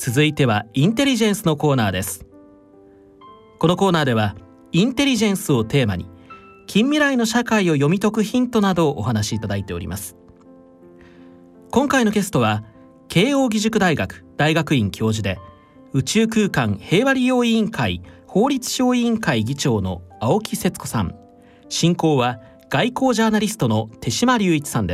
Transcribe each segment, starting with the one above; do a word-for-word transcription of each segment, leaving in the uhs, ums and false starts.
続いてはインテリジェンスのコーナーです。このコーナーではインテリジェンスをテーマに近未来の社会を読み解くヒントなどをお話しいただいております。今回のゲストは慶應義塾大学大学院教授で宇宙空間平和利用委員会法律小委員会議長の青木節子さん、進行は外交ジャーナリストの手島隆一さんです。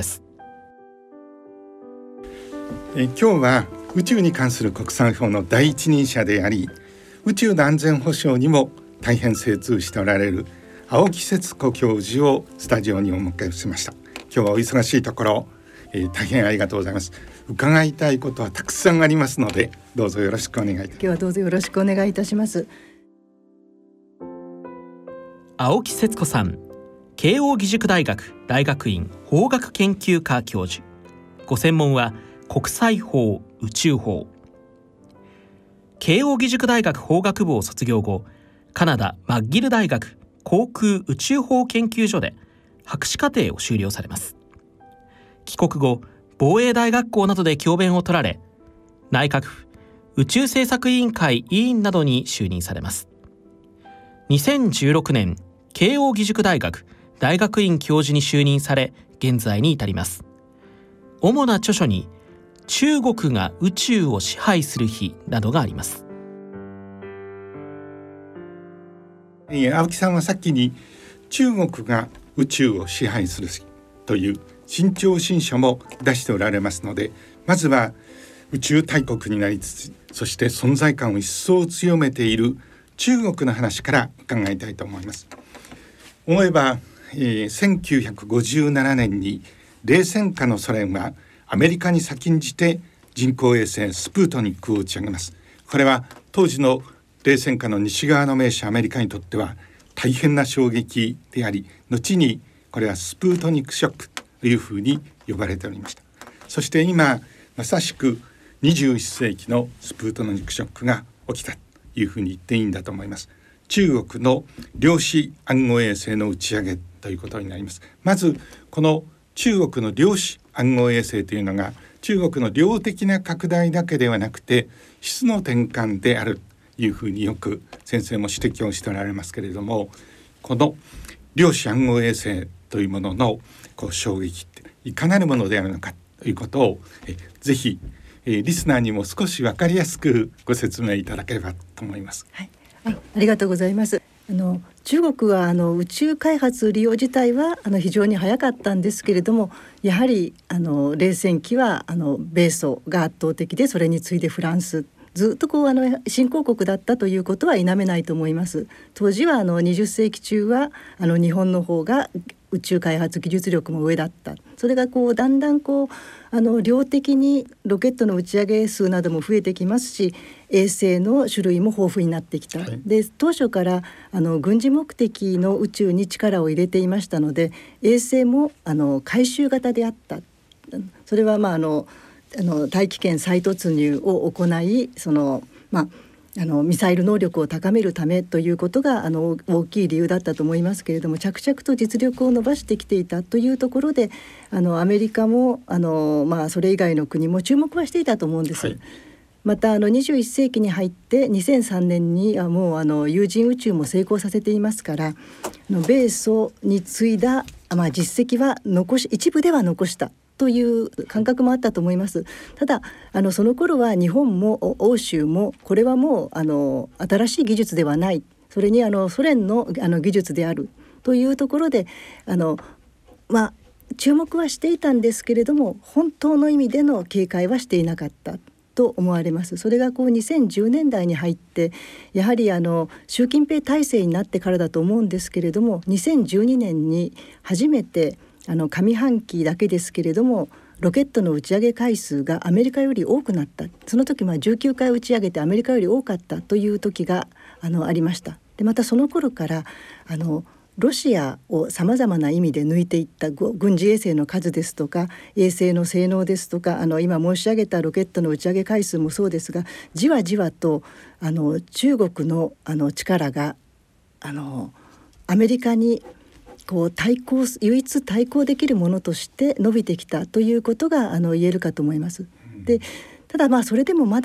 え今日は宇宙に関する国際法の第一人者であり、宇宙の安全保障にも大変精通しておられる青木節子教授をスタジオにお迎えしました。今日はお忙しいところ、えー、大変ありがとうございます。伺いたいことはたくさんありますので、どうぞよろしくお願いいたします。 今日はどうぞよろしくお願いいたします。 青木節子さん、慶應義塾大学大学院法学研究科教授、ご専門は国際法、宇宙法。慶應義塾大学法学部を卒業後、カナダマッギル大学航空宇宙法研究所で博士課程を修了されます。帰国後、防衛大学校などで教鞭を取られ、内閣府宇宙政策委員会委員などに就任されます。にせんじゅうろくねん、慶應義塾大学大学院教授に就任され、現在に至ります。主な著書に中国が宇宙を支配する日などがあります。 青木さんはさっきに中国が宇宙を支配する日という新潮新書も出しておられますので、まずは宇宙大国になりつつ、そして存在感を一層強めている中国の話から伺いたいと思います。思えば、えー、せんきゅうひゃくごじゅうななねんに冷戦下のソ連はアメリカに先んじて人工衛星スプートニクを打ち上げます。これは当時の冷戦下の西側の盟主アメリカにとっては大変な衝撃であり、後にこれはスプートニクショックというふうに呼ばれておりました。そして今まさしくにじゅういっせいきのスプートニクショックが起きたというふうに言っていいんだと思います。中国の量子暗号衛星の打ち上げということになります。まずこの中国の量子暗号衛星というのが中国の量的な拡大だけではなくて質の転換であるというふうによく先生も指摘をしておられますけれども、この量子暗号衛星というもののこう衝撃っていかなるものであるのかということをえぜひえリスナーにも少し分かりやすくご説明いただければと思います。 はいはい、ありがとうございます。あの中国はあの宇宙開発利用自体はあの非常に早かったんですけれども、やはりあの冷戦期はあの米ソが圧倒的で、それに次いでフランス、ずっとこうあの新興国だったということは否めないと思います。当時はあのにじゅっせいき中はあの日本の方が宇宙開発技術力も上だった。それがこうだんだんこうあの量的にロケットの打ち上げ数なども増えてきますし、衛星の種類も豊富になってきた、はい、で当初からあの軍事目的の宇宙に力を入れていましたので、衛星もあの回収型であった。それはまああのあの大気圏再突入を行い、そのまああのミサイル能力を高めるためということがあの大きい理由だったと思いますけれども、着々と実力を伸ばしてきていたというところで、あのアメリカもあの、まあ、それ以外の国も注目はしていたと思うんです。はい、またあのにじゅういっせいきに入ってにせんさんねんにはもうあの有人宇宙も成功させていますから、あの米ソに次いだ、まあ、実績は残し一部では残したという感覚もあったと思います。ただあのその頃は日本も欧州もこれはもうあの新しい技術ではない、それにあのソ連の、あの技術であるというところであの、まあ、注目はしていたんですけれども、本当の意味での警戒はしていなかったと思われます。それがこうにせんじゅうねんだいに入ってやはりあの習近平体制になってからだと思うんですけれども、にせんじゅうにねんに初めてあの上半期だけですけれどもロケットの打ち上げ回数がアメリカより多くなった。その時はじゅうきゅうかい打ち上げてアメリカより多かったという時があのありました。でまたその頃からあのロシアをさまざまな意味で抜いていった軍事衛星の数ですとか衛星の性能ですとか、あの今申し上げたロケットの打ち上げ回数もそうですが、じわじわとあの中国の、あの力があのアメリカにこう対抗唯一対抗できるものとして伸びてきたということがあの言えるかと思います。でただまあそれでもまだ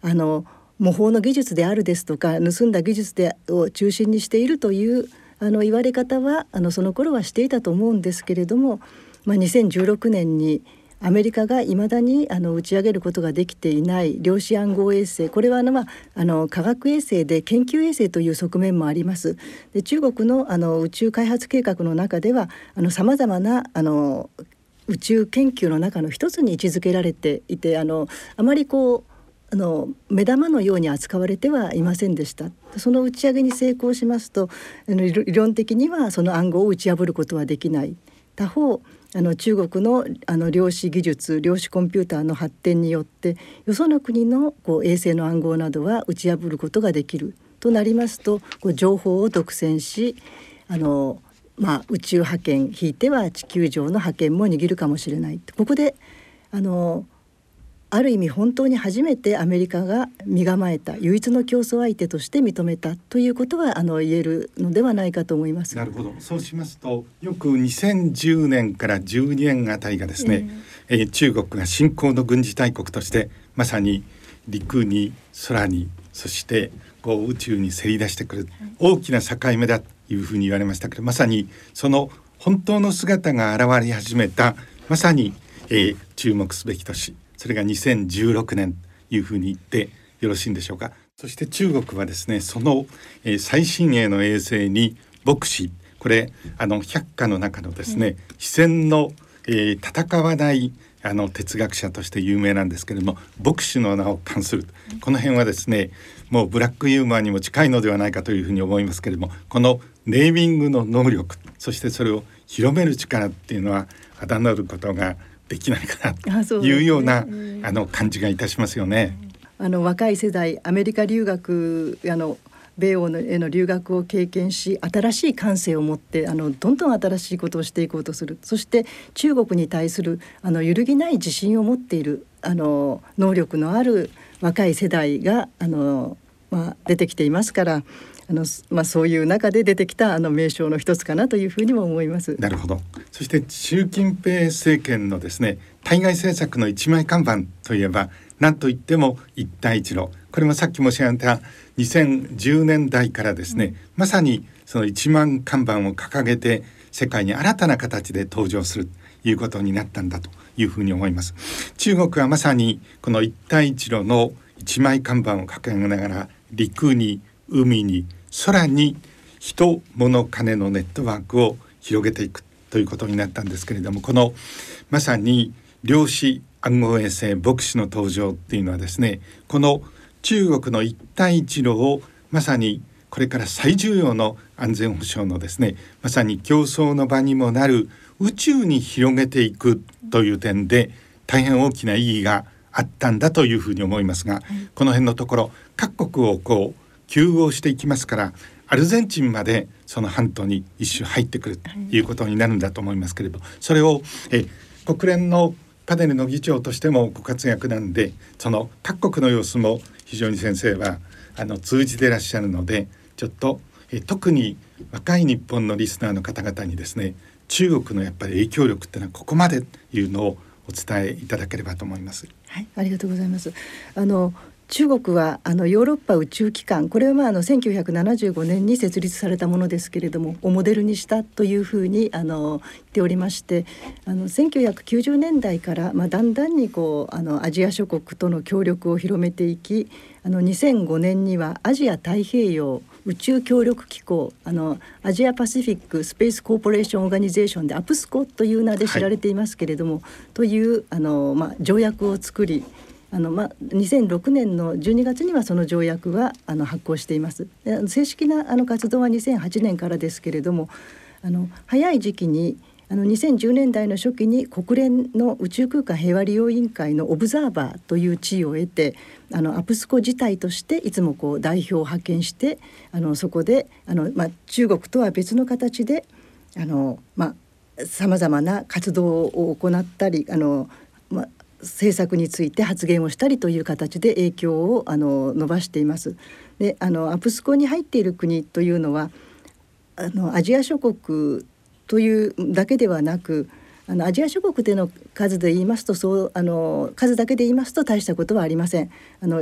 あの模倣の技術であるですとか盗んだ技術でを中心にしているというあの言われ方はあのその頃はしていたと思うんですけれども、まあ、にせんじゅうろくねんにアメリカがいまだにあの打ち上げることができていない量子暗号衛星、これはあの、まあ、あの科学衛星で研究衛星という側面もあります。で中国の、あの宇宙開発計画の中ではさまざまなあの宇宙研究の中の一つに位置づけられていて、あのあまりこうあの目玉のように扱われてはいませんでした。その打ち上げに成功しますとあの理論的にはその暗号を打ち破ることはできない。他方あの中国の、あの量子技術量子コンピューターの発展によってよその国のこう衛星の暗号などは打ち破ることができるとなりますと、こう情報を独占しあの、まあ、宇宙覇権ひいては地球上の覇権も握るかもしれない。ここであのある意味本当に初めてアメリカが身構えた唯一の競争相手として認めたということはあの言えるのではないかと思います。 なるほど。そうしますとよくにせんじゅうねんからじゅうにねんあたりがですね、えーえー、中国が新興の軍事大国としてまさに陸に空にそしてこう宇宙にせり出してくる大きな境目だというふうに言われましたけど、まさにその本当の姿が現れ始めたまさに、えー、注目すべき年、それがにせんじゅうろくねんというふうに言ってよろしいんでしょうか。そして中国はですねその、えー、最新鋭の衛星に墨子、これあの百科の中のですね、うん、非戦の、えー、戦わないあの哲学者として有名なんですけれども、墨子の名を冠する、この辺はですねもうブラックユーモアにも近いのではないかというふうに思いますけれども、このネーミングの能力、そしてそれを広める力っていうのは侮ることができないかなというような あ, う、ねえー、あの感じがいたしますよね。 あの若い世代アメリカ留学あの米欧への留学を経験し新しい感性を持ってあのどんどん新しいことをしていこうとする、そして中国に対するあの揺るぎない自信を持っているあの能力のある若い世代があの、まあ、出てきていますから、あの、まあ、そういう中で出てきたあの名称の一つかなというふうにも思います。 なるほど。そして習近平政権のですね対外政策の一枚看板といえば何といっても一帯一路、これもさっき申し上げたにせんじゅうねんだいからですね、うん、まさにその一万看板を掲げて世界に新たな形で登場するということになったんだというふうに思います。中国はまさにこの一帯一路の一枚看板を掲げながら陸に海に空に人物金のネットワークを広げていくということになったんですけれども、このまさに量子暗号衛星墨子の登場っていうのはですね、この中国の一帯一路をまさにこれから最重要の安全保障のですねまさに競争の場にもなる宇宙に広げていくという点で大変大きな意義があったんだというふうに思いますが、はい、この辺のところ各国をこう吸合していきますから、アルゼンチンまでその半島に一種入ってくるということになるんだと思いますけれど、それをえ国連のパネルの議長としてもご活躍なんで、その各国の様子も非常に先生はあの通じていらっしゃるので、ちょっとえ特に若い日本のリスナーの方々にですね中国のやっぱり影響力っていうのはここまでというのをお伝えいただければと思います。 はい、ありがとうございます。あの中国はあのヨーロッパ宇宙機関、これはまああのせんきゅうひゃくななじゅうごねんに設立されたものですけれども、をモデルにしたというふうにあの言っておりまして、あのせんきゅうひゃくきゅうじゅうねんだいからまあだんだんにこうあのアジア諸国との協力を広めていき、あのにせんごねんにはアジア太平洋宇宙協力機構、あのアジアパシフィックスペースコーポレーションオーガニゼーションでアプスコという名で知られていますけれども、はい、というあの、まあ、条約を作り、あの、まあ、にせんろくねんのじゅうにがつにはその条約はあの発効しています。で正式なあの活動はにせんはちねんからですけれども、あの早い時期にあのにせんじゅうねんだいの初期に国連の宇宙空間平和利用委員会のオブザーバーという地位を得て、あのアプスコ自体としていつもこう代表を派遣して、あのそこであの、まあ、中国とは別の形であの、まあ、様々な活動を行ったり、あの、まあ政策について発言をしたりという形で影響をあの伸ばしています。で、あのアプスコに入っている国というのはあのアジア諸国というだけではなく、あのアジア諸国での数で言いますとそうあの数だけで言いますと大したことはありません。あの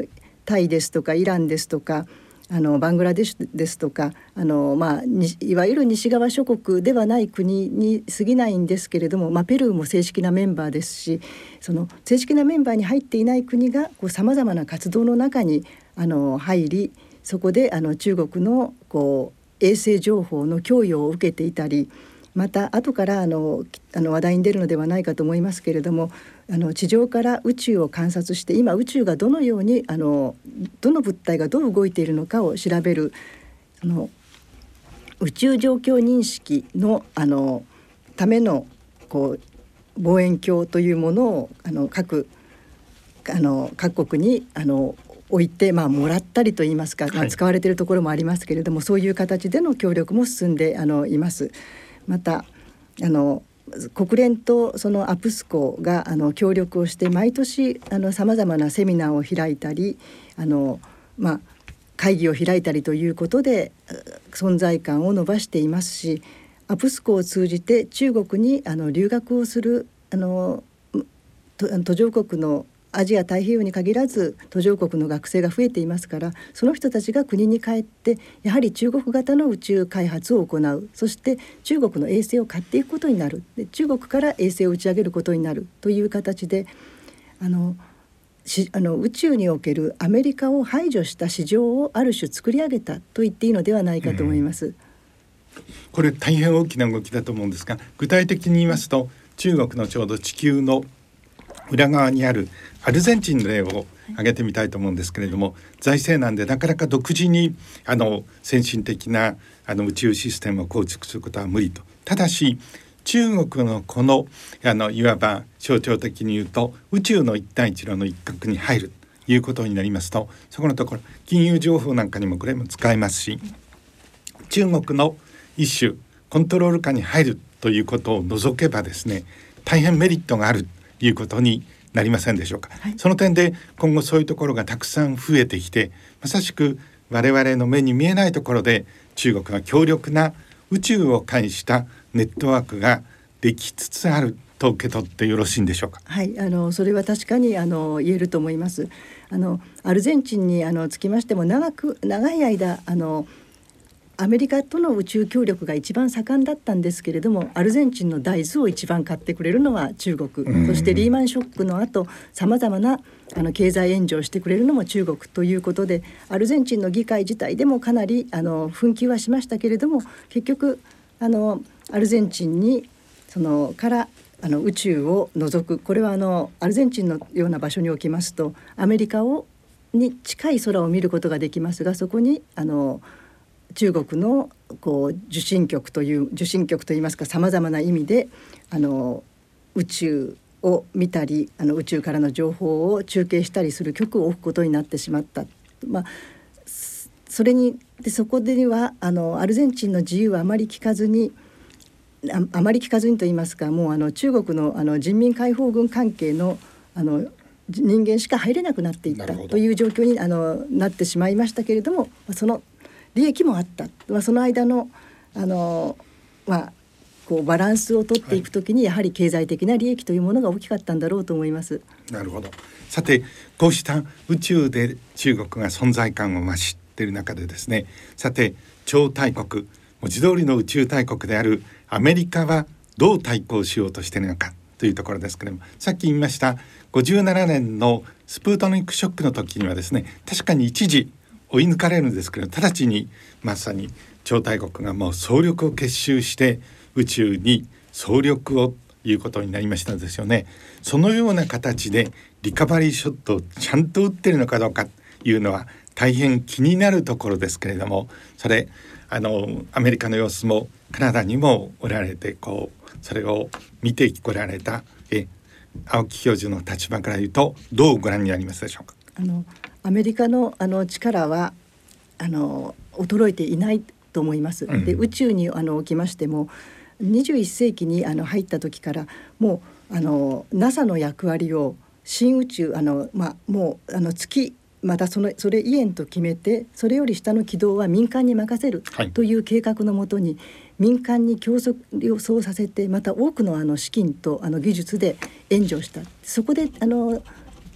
タイですとかイランですとかあのバングラデシュですとかあの、まあ、いわゆる西側諸国ではない国に過ぎないんですけれども、まあ、ペルーも正式なメンバーですし、その正式なメンバーに入っていない国がさまざまな活動の中にあの入り、そこであの中国のこう衛星情報の供与を受けていたり、また後からあのあの話題に出るのではないかと思いますけれども、あの地上から宇宙を観察して今宇宙がどのようにあのどの物体がどう動いているのかを調べるあの宇宙状況認識のあのためのこう望遠鏡というものをあの各あの各国にあの置いて、まあ、もらったりといいますか、まあ、使われているところもありますけれども、はい、そういう形での協力も進んであのいます。またあの国連とそのアプスコがあの協力をして毎年さまざまなセミナーを開いたりあの、まあ、会議を開いたりということで存在感を伸ばしていますし、アプスコを通じて中国にあの留学をするあの途上国のアジア太平洋に限らず途上国の学生が増えていますから、その人たちが国に帰ってやはり中国型の宇宙開発を行う、そして中国の衛星を買っていくことになる、で中国から衛星を打ち上げることになるという形であのしあの宇宙におけるアメリカを排除した市場をある種作り上げたと言っていいのではないかと思います、うん、 これ大変大きな動きだと思うんですが、具体的に言いますto中国のちょうど地球の裏側にあるアルゼンチンの例を挙げてみたいと思うんですけれども、財政難でなかなか独自にあの先進的なあの宇宙システムを構築することは無理と。ただし中国のこの、あのいわば象徴的に言うと宇宙の一帯一路の一角に入るということになりますと、そこのところ金融情報なんかにもこれも使えますし、中国の一種コントロール下に入るということを除けばですね、大変メリットがあるということになりませんでしょうか、はい、その点で今後そういうところがたくさん増えてきて、まさしく我々の目に見えないところで中国が強力な宇宙を介したネットワークができつつあると受け取ってよろしいんでしょうか。 はい、あのそれは確かにあの言えると思います。あのアルゼンチンにあのつきましても長く長い間あのアメリカとの宇宙協力が一番盛んだったんですけれども、アルゼンチンの大豆を一番買ってくれるのは中国、うん、そしてリーマンショックの後さまざまなあの経済援助をしてくれるのも中国ということで、アルゼンチンの議会自体でもかなりあの紛糾はしましたけれども、結局あのアルゼンチンにそのからあの宇宙を除く、これはあのアルゼンチンのような場所に置きますとアメリカをに近い空を見ることができますが、そこにあの中国のこう受信局という受信局といいますか、さまざまな意味であの宇宙を見たりあの宇宙からの情報を中継したりする局を置くことになってしまった、まあ、それにでそこではあのアルゼンチンの自由はあまり聞かずに あ, あまり聞かずにといいますか、もうあの中国の, あの人民解放軍関係 の, あの人間しか入れなくなっていったという状況にあのなってしまいましたけれども、その利益もあった、まあ、その間の、あの、まあ、こうバランスを取っていくときに、はい、やはり経済的な利益というものが大きかったんだろうと思います。 なるほど。さてこうした宇宙で中国が存在感を増している中でですね、さて超大国文字通りの宇宙大国であるアメリカはどう対抗しようとしているのかというところですけれども、さっき言いましたごじゅうななねんのスプートニクショックの時にはですね、確かに一時追い抜かれるんですけど、直ちにまさに超大国がもう総力を結集して宇宙に総力をということになりましたですよね。そのような形でリカバリーショットをちゃんと打っているのかどうかというのは大変気になるところですけれども、それあのアメリカの様子もカナダにもおられて、こうそれを見てこられたえ青木教授の立場から言うとどうご覧になりますでしょうか。 あのアメリカ の, あの力はあの衰えていないと思います、うん、で宇宙にあのおきましてもにじゅういっせいきにあの入った時からもうあの ナサ の役割を新宇宙あの、まあ、もうあの月また そ, のそれ以前と決めて、それより下の軌道は民間に任せるという計画のもとに、はい、民間に競争させて、また多くのあの資金とあの技術で援助した。そこであの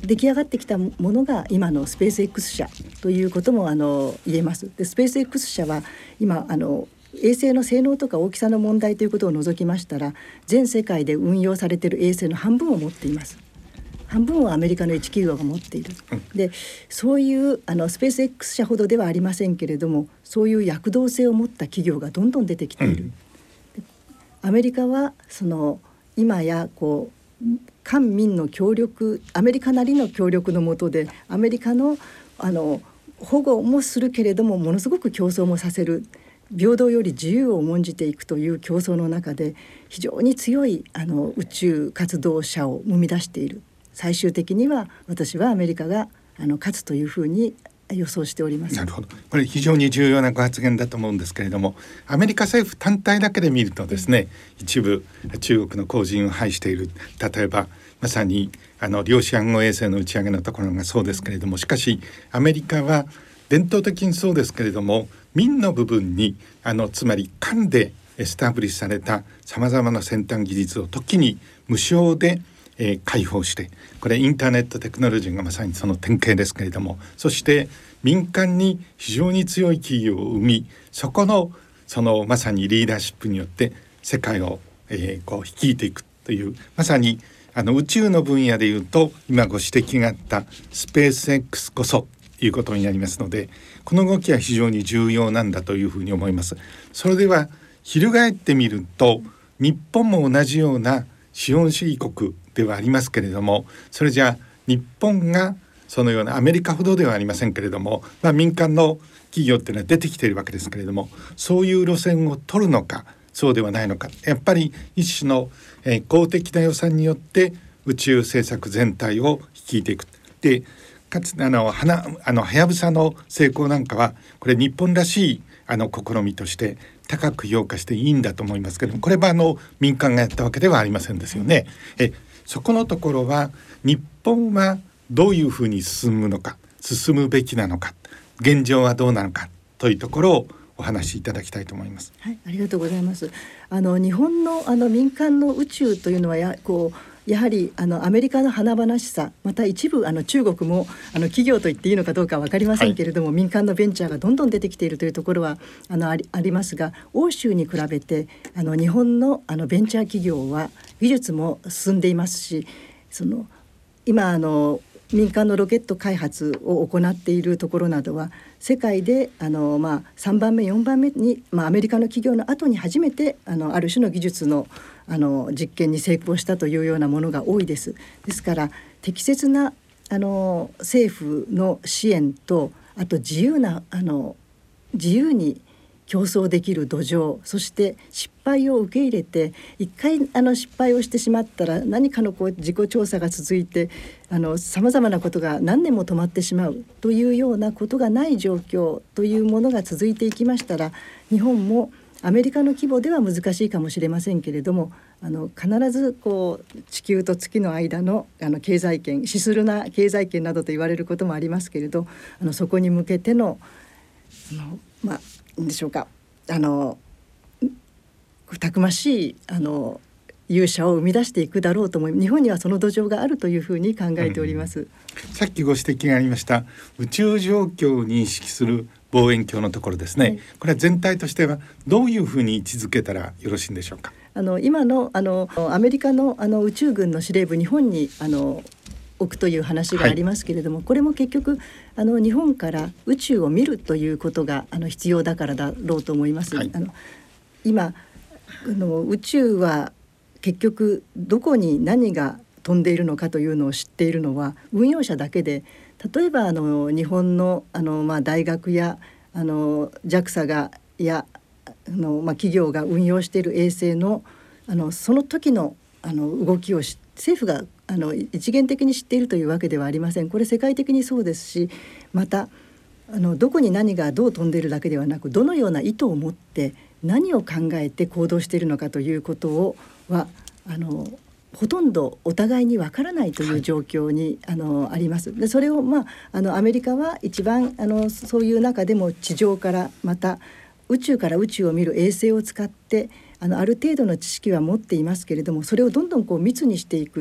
出来上がってきたものが今のスペース X 社ということもあの言えます。でスペース X 社は今あの衛星の性能とか大きさの問題ということを除きましたら、全世界で運用されている衛星の半分を持っています。半分はアメリカの一企業が持っている。でそういうあのスペース X 社ほどではありませんけれども、そういう躍動性を持った企業がどんどん出てきている。うん、アメリカはその今やこう官民の協力、アメリカなりの協力の下でアメリカのあの保護もするけれども、ものすごく競争もさせる、平等より自由を重んじていくという競争の中で非常に強いあの宇宙活動者を生み出している。最終的には私はアメリカがあの勝つというふうに予想しております。 なるほど。これ非常に重要なご発言だと思うんですけれども、アメリカ政府単体だけで見るとですね、一部中国の後塵を拝している。例えばまさにあの量子暗号衛星の打ち上げのところがそうですけれども、しかしアメリカは伝統的にそうですけれども、民の部分にあのつまり官でエスタブリッシュされたさまざまな先端技術を時に無償でえー、開放して、これインターネットテクノロジーがまさにその典型ですけれども、そして民間に非常に強い企業を生み、そこのそのまさにリーダーシップによって世界を、えー、こう率いていくという、まさにあの宇宙の分野でいうと今ご指摘があったスペース X こそということになりますので、この動きは非常に重要なんだというふうに思います。それでは翻ってみると、日本も同じような資本主義国ではありますけれども、それじゃあ日本がそのようなアメリカほどではありませんけれども、まあ、民間の企業っていうのは出てきているわけですけれども、そういう路線を取るのかそうではないのか、やっぱり一種の、えー、公的な予算によって宇宙政策全体を率いていく。でかつあのはなあのはやぶさの成功なんかはこれ日本らしいあの試みとして高く評価していいんだと思いますけども、これはあの民間がやったわけではありませんですよね。えそこのところは日本はどういうふうに進むのか、進むべきなのか、現状はどうなのかというところをお話しいただきたいと思います。 はい、ありがとうございます。あの日本のあの民間の宇宙というのはやこうやはりあのアメリカの華々しさ、また一部あの中国もあの企業と言っていいのかどうか分かりませんけれども、はい、民間のベンチャーがどんどん出てきているというところはあのあり、ありますが、欧州に比べてあの日本のあのベンチャー企業は技術も進んでいますし、その今あの民間のロケット開発を行っているところなどは世界であの、まあ、さんばんめよんばんめに、まあ、アメリカの企業の後に初めてあのある種の技術のあの実験に成功したというようなものが多いです。ですから適切なあの政府の支援と、あと自由なあの自由に競争できる土壌、そして失敗を受け入れて、一回あの失敗をしてしまったら何かのこう自己調査が続いてさまざまなことが何年も止まってしまうというようなことがない状況というものが続いていきましたら、日本もアメリカの規模では難しいかもしれませんけれども、あの必ずこう地球と月の間の、あの経済圏、シスルな経済圏などと言われることもありますけれど、あのそこに向けての、あのまあ何でしょうか、あのたくましいあの勇者を生み出していくだろうと思い、日本にはその土壌があるというふうに考えております。うん、 さっきご指摘がありました宇宙状況を認識する望遠鏡のところですね、はい、これは全体としてはどういうふうに位置づけたらよろしいんでしょうか。 あの今の、あのアメリカの、あの宇宙軍の司令部、日本にあの置くという話がありますけれども、はい、これも結局あの日本から宇宙を見るということがあの必要だからだろうと思います。はい、あの今あの宇宙は結局どこに何が飛んでいるのかというのを知っているのは運用者だけで、例えばあの日本の、あの、まあ、大学やあの ジャクサ がやあの、まあ、企業が運用している衛星の、あのその時の、あの動きを政府があの一元的に知っているというわけではありません。これ世界的にそうですし、またあのどこに何がどう飛んでいるだけではなく、どのような意図を持って何を考えて行動しているのかということをはあのほとんどお互いにわからないという状況に、はい、あのあります。でそれを、まあ、あのアメリカは一番あのそういう中でも地上からまた宇宙から宇宙を見る衛星を使ってあのある程度の知識は持っていますけれども、それをどんどんこう密にしていく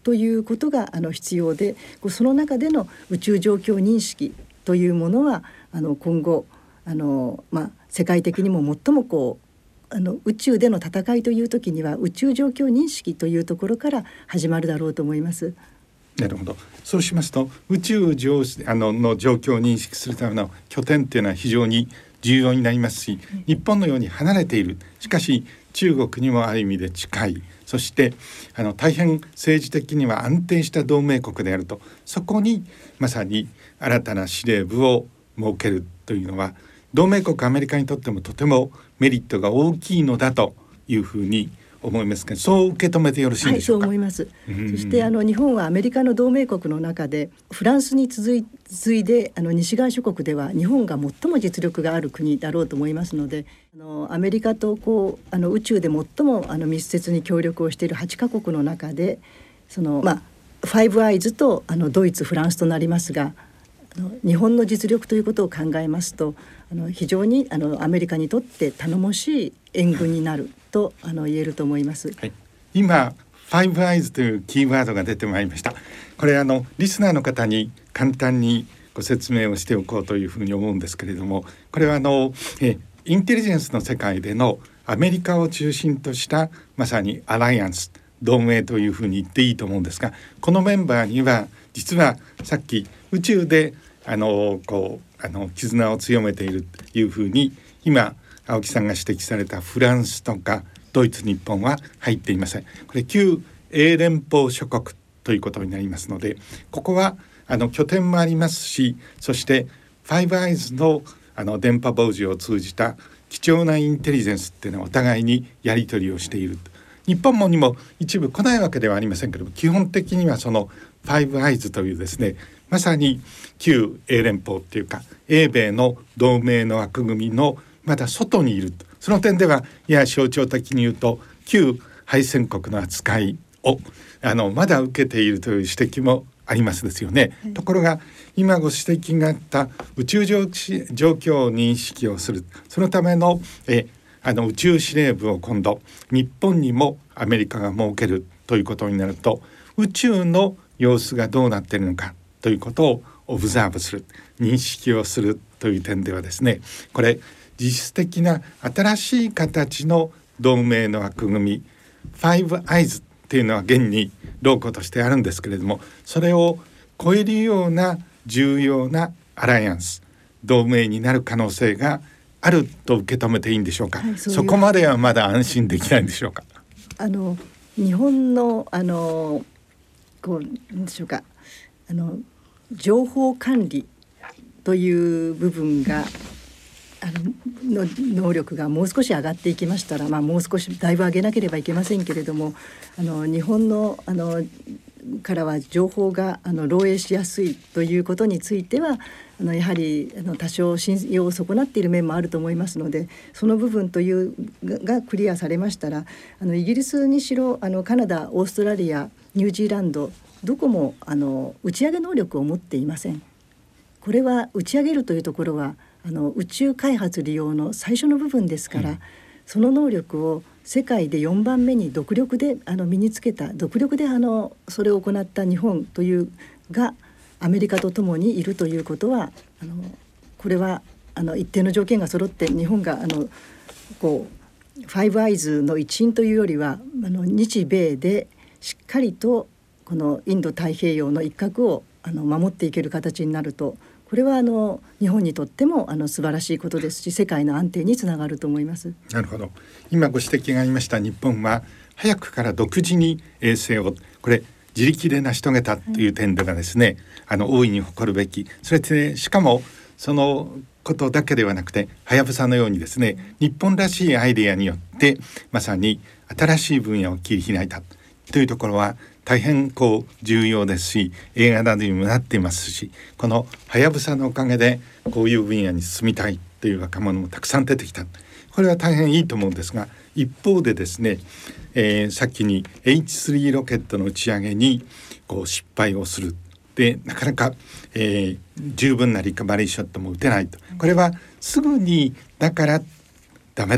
ということがあの必要で、その中での宇宙状況認識というものはあの今後あの、まあ、世界的にも最もこうあの宇宙での戦いという時には宇宙状況認識というところから始まるだろうと思います。 なるほど。そうしますと宇宙上あのの状況を認識するための拠点っていうのは非常に重要になりますし、日本のように離れている、しかし中国にもある意味で近い、そしてあの大変政治的には安定した同盟国であると、そこにまさに新たな司令部を設けるというのは同盟国アメリカにとってもとてもメリットが大きいのだというふうに思いますけど、そう受け止めてよろしいでしょうか。 はい、そう思います。そしてあの日本はアメリカの同盟国の中でフランスに続い次いであの西側諸国では日本が最も実力がある国だろうと思いますので、あのアメリカとこうあの宇宙で最もあの密接に協力をしているはちカ国の中で、そのまあファイブアイズとあのドイツフランスとなりますが、あの日本の実力ということを考えますと、あの非常にあのアメリカにとって頼もしい援軍になるとあの言えると思います。 はい、今ファイブアイズというキーワードが出てまいりました。これあのリスナーの方に簡単にご説明をしておこうというふうに思うんですけれども、これはあのえインテリジェンスの世界でのアメリカを中心としたまさにアライアンス、同盟というふうに言っていいと思うんですが、このメンバーには実はさっき宇宙であのこうあの絆を強めているというふうに今青木さんが指摘されたフランスとかドイツ、日本は入っていません。これ旧英連邦諸国ということになりますので、ここはあの拠点もありますし、そしてファイブアイズのあの電波傍受を通じた貴重なインテリジェンスっていうのはお互いにやり取りをしている。日本もにも一部来ないわけではありませんけども、基本的にはそのファイブアイズというですね、まさに旧英連邦っていうか英米の同盟の枠組みのまだ外にいる。その点ではやや象徴的に言うと旧敗戦国の扱いをあのまだ受けているという指摘もありますですよね。はい、ところが今ご指摘があった宇宙状況認識をする、そのためのえあの宇宙司令部を今度日本にもアメリカが設けるということになると、宇宙の様子がどうなっているのかということをオブザーブする、認識をするという点ではですね、これ実質的な新しい形の同盟の枠組みファイブアイズっていうのは現にローコとしてあるんですけれども、それを超えるような重要なアライアンス、同盟になる可能性があると受け止めていいんでしょうか。はい、そういう、そこまではまだ安心できないんでしょうか。 あの日本のあのこうなんでしょうか、あの情報管理という部分があのの能力がもう少し上がっていきましたら、まあ、もう少しだいぶ上げなければいけませんけれども、あの日本のあのからは情報があの漏洩しやすいということについてはあのやはりあの多少信用を損なっている面もあると思いますので、その部分というがクリアされましたら、あのイギリスにしろあのカナダ、オーストラリア、ニュージーランドどこもあの打ち上げ能力を持っていません。これは打ち上げるというところはあの宇宙開発利用の最初の部分ですから、うん、その能力を世界でよんばんめに独力であの身につけた、独力であのそれを行った日本というがアメリカとともにいるということは、あのこれはあの一定の条件が揃って日本があのこうファイブアイズの一員というよりはあの日米でしっかりとこのインド太平洋の一角をあの守っていける形になると、これはあの日本にとってもあの素晴らしいことですし、世界の安定につながると思います。 なるほど。今ご指摘がありました日本は早くから独自に衛星をこれ自力で成し遂げたという点ではですね、はい、あの大いに誇るべき。それでしかもそのことだけではなくて、はやぶさのようにですね、日本らしいアイデアによってまさに新しい分野を切り開いたというところは大変こう重要ですし、映画などにもなっていますし、このはやぶさのおかげでこういう分野に進みたいという若者もたくさん出てきた。これは大変いいと思うんですが、一方でですね、えー、さっきに エイチスリー ロケットの打ち上げにこう失敗をする。でなかなか、えー、十分なリカバリーショットも打てないと。これはすぐにだからダメだと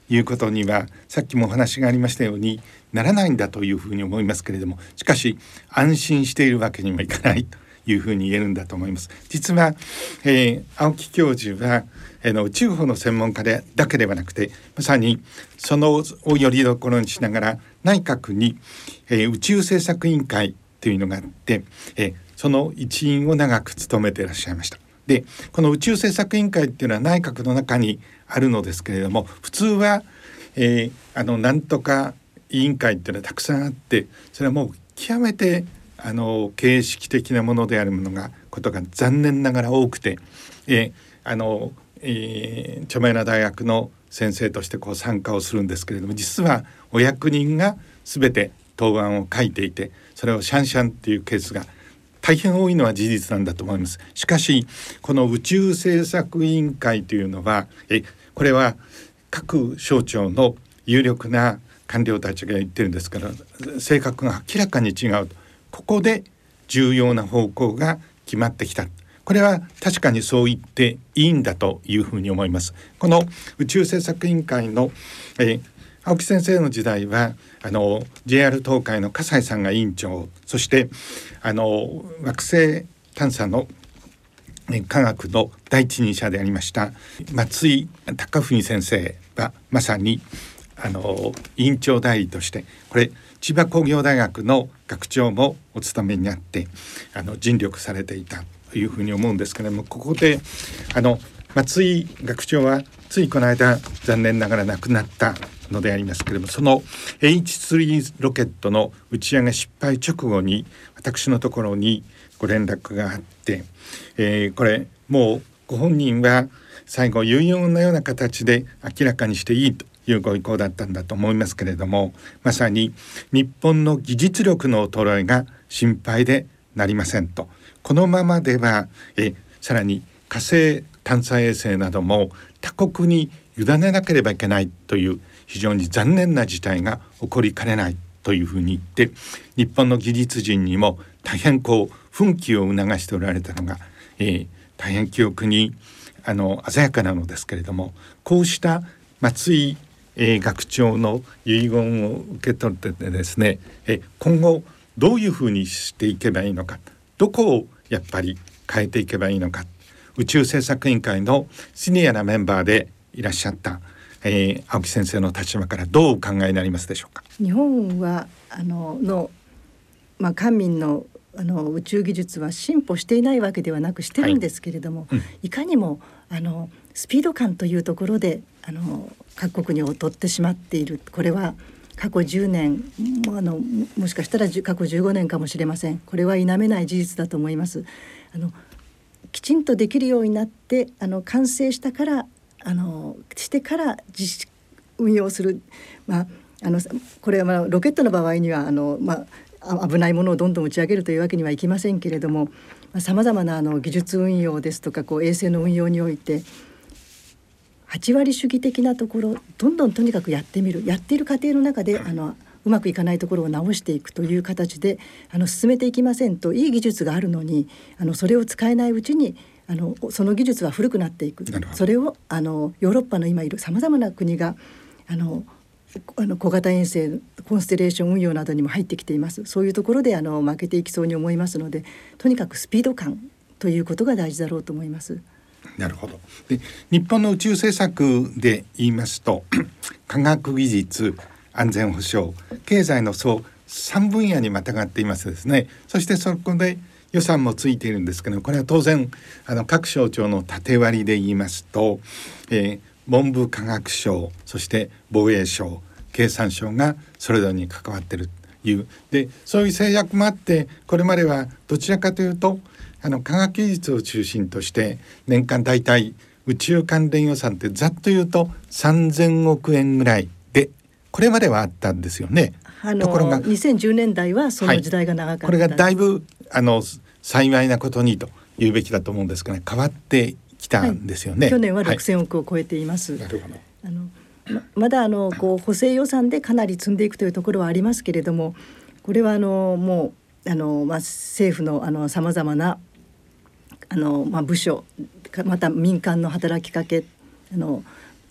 いうことにはさっきもお話がありましたようにならないんだというふうに思いますけれども、しかし安心しているわけにもいかないというふうに言えるんだと思います。実は、えー、青木教授は、えー、の宇宙法の専門家でだけではなくて、まさにそのをよりどころにしながら内閣に、えー、宇宙政策委員会というのがあって、えー、その一員を長く務めていらっしゃいました。でこの宇宙政策委員会っていうのは内閣の中にあるのですけれども、普通は、えー、あのなんとか委員会っていうのはたくさんあって、それはもう極めてあの形式的なものであるものがことが残念ながら多くて、えー、あの、えー、著名な大学の先生としてこう参加をするんですけれども、実はお役人が全て答案を書いていて、それをシャンシャンっていうケースが大変多いのは事実なんだと思います。しかしこの宇宙政策委員会というのはえこれは各省庁の有力な官僚たちが言ってるんですから、性格が明らかに違うと。ここで重要な方向が決まってきた。これは確かにそう言っていいんだというふうに思います。この宇宙政策委員会の、えー、青木先生の時代はあの ジェイアール 東海の笠井さんが委員長、そしてあの惑星探査の科学の第一人者でありました松井孝文先生はまさにあの委員長代理として、これ千葉工業大学の学長もお務めになってあの尽力されていたというふうに思うんですけれども、ここであの松井学長はついこの間残念ながら亡くなったのでありますけれども、その エイチスリー ロケットの打ち上げ失敗直後に私のところにご連絡があって、えー、これもうご本人は最後遺言のような形で明らかにしていいというご意向だったんだと思いますけれども、まさに日本の技術力の衰えが心配でなりませんと。このままではえさらに火星探査衛星なども他国に委ねなければいけないという非常に残念な事態が起こりかねないというふうに言って、日本の技術陣にも大変こう奮起を促しておられたのが、えー、大変記憶にあの鮮やかなのですけれども、こうした松井、えー、学長の遺言を受け取ってですね、えー、今後どういうふうにしていけばいいのか、どこをやっぱり変えていけばいいのか、宇宙政策委員会のシニアなメンバーでいらっしゃった、えー、青木先生の立場からどうお考えになりますでしょうか。 日本はあのの、まあ、官民のあの宇宙技術は進歩していないわけではなくしてるんですけれども、はいうん、いかにもあのスピード感というところであの各国に劣ってしまっている。これは過去じゅうねんもあのもしかしたら過去じゅうごねんかもしれません。これは否めない事実だと思います。あのきちんとできるようになってあの完成したからあのしてから実運用する、まあ、あのこれはまあロケットの場合にはあの、まあ、危ないものをどんどん打ち上げるというわけにはいきませんけれども、さまざ、まなあの技術運用ですとかこう衛星の運用においてはち割主義的なところどんどんとにかくやってみる、やっている過程の中であのうまくいかないところを直していくという形であの進めていきませんと、いい技術があるのにあのそれを使えないうちにあのその技術は古くなっていく。それをあのヨーロッパの今いるさまざまな国があのあの小型衛星コンステレーション運用などにも入ってきています。そういうところであの負けていきそうに思いますので、とにかくスピード感ということが大事だろうと思います。 なるほど。で、日本の宇宙政策で言いますと科学技術、安全保障、経済のそうさんぶん野にまたがっていますですね。そしてそこで予算もついているんですけど、これは当然あの各省庁の縦割りで言いますと、えー、文部科学省、そして防衛省、経産省がそれぞれに関わっているというで、そういう制約もあって、これまではどちらかというとあの科学技術を中心として年間だいたい宇宙関連予算ってざっと言うとさんぜんおくえんぐらいでこれまではあったんですよね。 あのところがにせんじゅうねんだいはその時代が長かった、 はい、これがだいぶあの幸いなことにと言うべきだと思うんですが、ね、変わってきたんですよね、 はい、去年はろくせんおくを超えています、はい、 なるほど。 あの ま, まだあのこう補正予算でかなり積んでいくというところはありますけれども、これはあのもうあの、まあ、政府のさまざまなあの、まあ、部署また民間の働きかけあの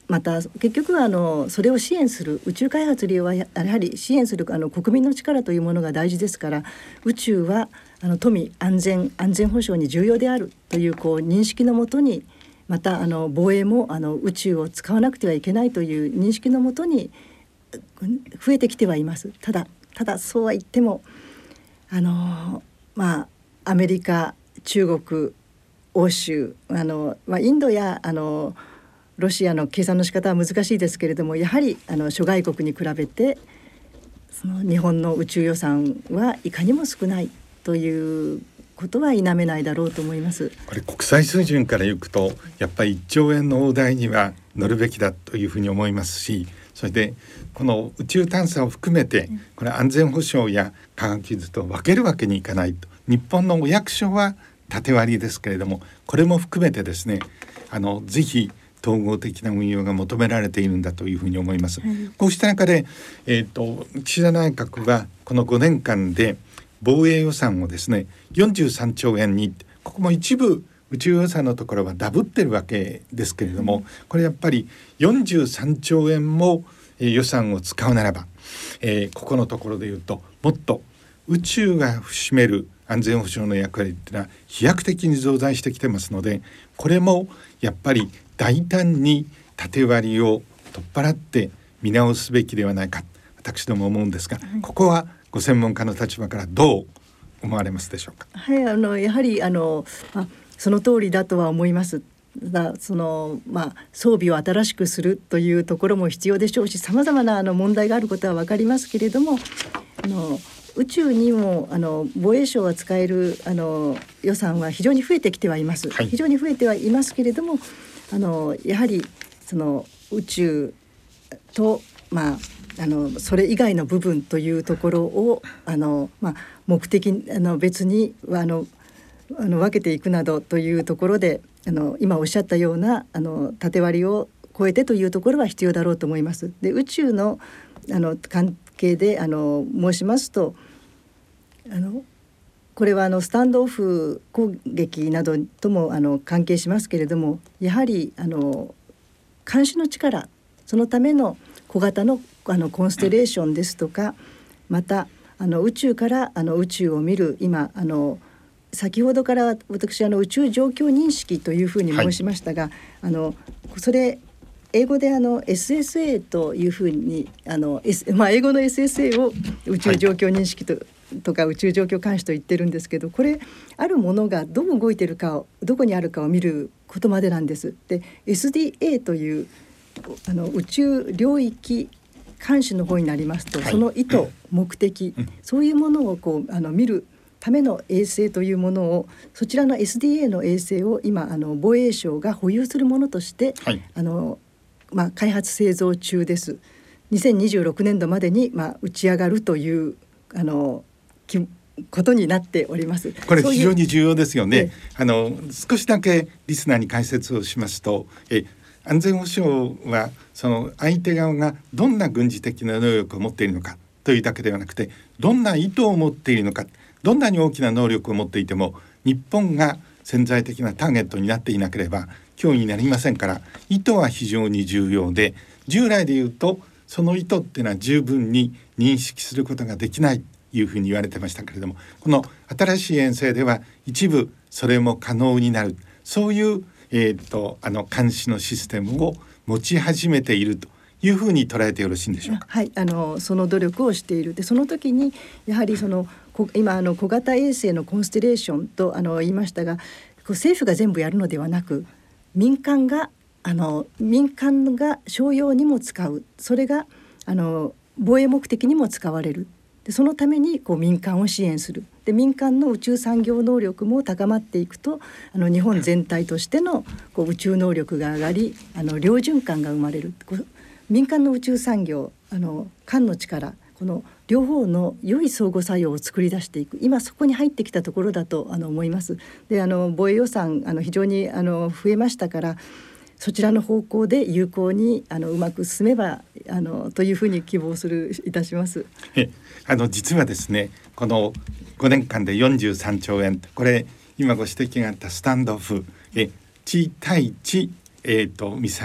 また結局はあのそれを支援する宇宙開発利用はやはり支援するあの国民の力というものが大事ですから、宇宙はあの富安全安全保障に重要であるというこう認識のもとに、またあの防衛もあの宇宙を使わなくてはいけないという認識のもとに増えてきてはいます。ただただそうは言ってもあのまあアメリカ、中国、欧州、あの、まあ、インドやあのロシアの計算の仕方は難しいですけれども、やはりあの諸外国に比べてその日本の宇宙予算はいかにも少ないということは否めないだろうと思います。 これ国際水準からいくとやっぱりいっちょうえんの大台には乗るべきだというふうに思いますし、それでこの宇宙探査を含めてこれ安全保障や科学技術と分けるわけにいかないと。日本のお役所は縦割りですけれども、これも含めてですね、あのぜひ統合的な運用が求められているんだというふうに思います、はい、こうした中で、えーと、岸田内閣はこのごねんかんで防衛予算をですねよんじゅうさんちょうえんに、ここも一部宇宙予算のところはダブってるわけですけれども、うん、これやっぱりよんじゅうさんちょうえんも、えー、予算を使うならば、えー、ここのところでいうともっと宇宙が占める安全保障の役割っていうのは飛躍的に増大してきてますので、これもやっぱり大胆に縦割りを取っ払って見直すべきではないか、私ども思うんですが、はい、ここはご専門家の立場からどう思われますでしょうか。 はい、あのやはりあのあその通りだとは思います。だその、まあ、装備を新しくするというところも必要でしょうし、さまざまなあの問題があることは分かりますけれども、あの宇宙にもあの防衛省が使えるあの予算は非常に増えてきてはいます、はい、非常に増えてはいますけれども、あのやはりその宇宙と、まあ、あのそれ以外の部分というところをあの、まあ、目的あの別にあのあの分けていくなどというところで、あの今おっしゃったようなあの縦割りを超えてというところは必要だろうと思います。で宇宙のあの関係であの申しますと、あのこれはあのスタンドオフ攻撃などともあの関係しますけれども、やはりあの監視の力、そのための小型のあのコンステレーションですとか、またあの宇宙からあの宇宙を見る、今あの先ほどから私あの宇宙状況認識というふうに申しましたが、はい、あのそれ英語であの エスエスエー というふうにあの、S まあ、英語の エスエスエー を宇宙状況認識と、はい、とか宇宙状況監視と言ってるんですけど、これあるものがどう動いてるかを、どこにあるかを見ることまでなんです。で エスディーエー というあの宇宙領域監視の方になりますと、はい、その意図、目的、そういうものをこうあの見るための衛星というものを、そちらの エスディーエー の衛星を今あの防衛省が保有するものとして、はい、あのまあ、開発製造中です。にせんにじゅうろくねんどまでに、まあ、打ち上がるというあのきことになっております。 これ非常に重要ですよね。あの少しだけリスナーに解説をしますと、え安全保障はその相手側がどんな軍事的な能力を持っているのかというだけではなくて、どんな意図を持っているのか、どんなに大きな能力を持っていても日本が潜在的なターゲットになっていなければ脅威になりませんから、意図は非常に重要で、従来でいうとその意図っていうのは十分に認識することができないというふうに言われてましたけれども、この新しい衛星では一部それも可能になる、そういう、えー、とあの監視のシステムを持ち始めているというふうに捉えてよろしいんでしょうか。 はい、あのその努力をしている。でその時にやはりその今あの小型衛星のコンステレーションとあの言いましたが、政府が全部やるのではなく、民間があの民間が商用にも使う、それがあの防衛目的にも使われる。でそのためにこう民間を支援する。で民間の宇宙産業能力も高まっていくと、あの日本全体としてのこう宇宙能力が上がり、あの両循環が生まれる。こう民間の宇宙産業、あの官の力、この両方の良い相互作用を作り出していく、今そこに入ってきたところだとあの思います。であの防衛予算あの非常にあの増えましたから、そちらの方向で有効にあのうまく進めばあのというふうに希望するいたします。 えあの実はですね、このごねんかんでよんじゅうさんちょうえん、これ今ご指摘があったスタンドオフ、え地対地、えー、とミサイル、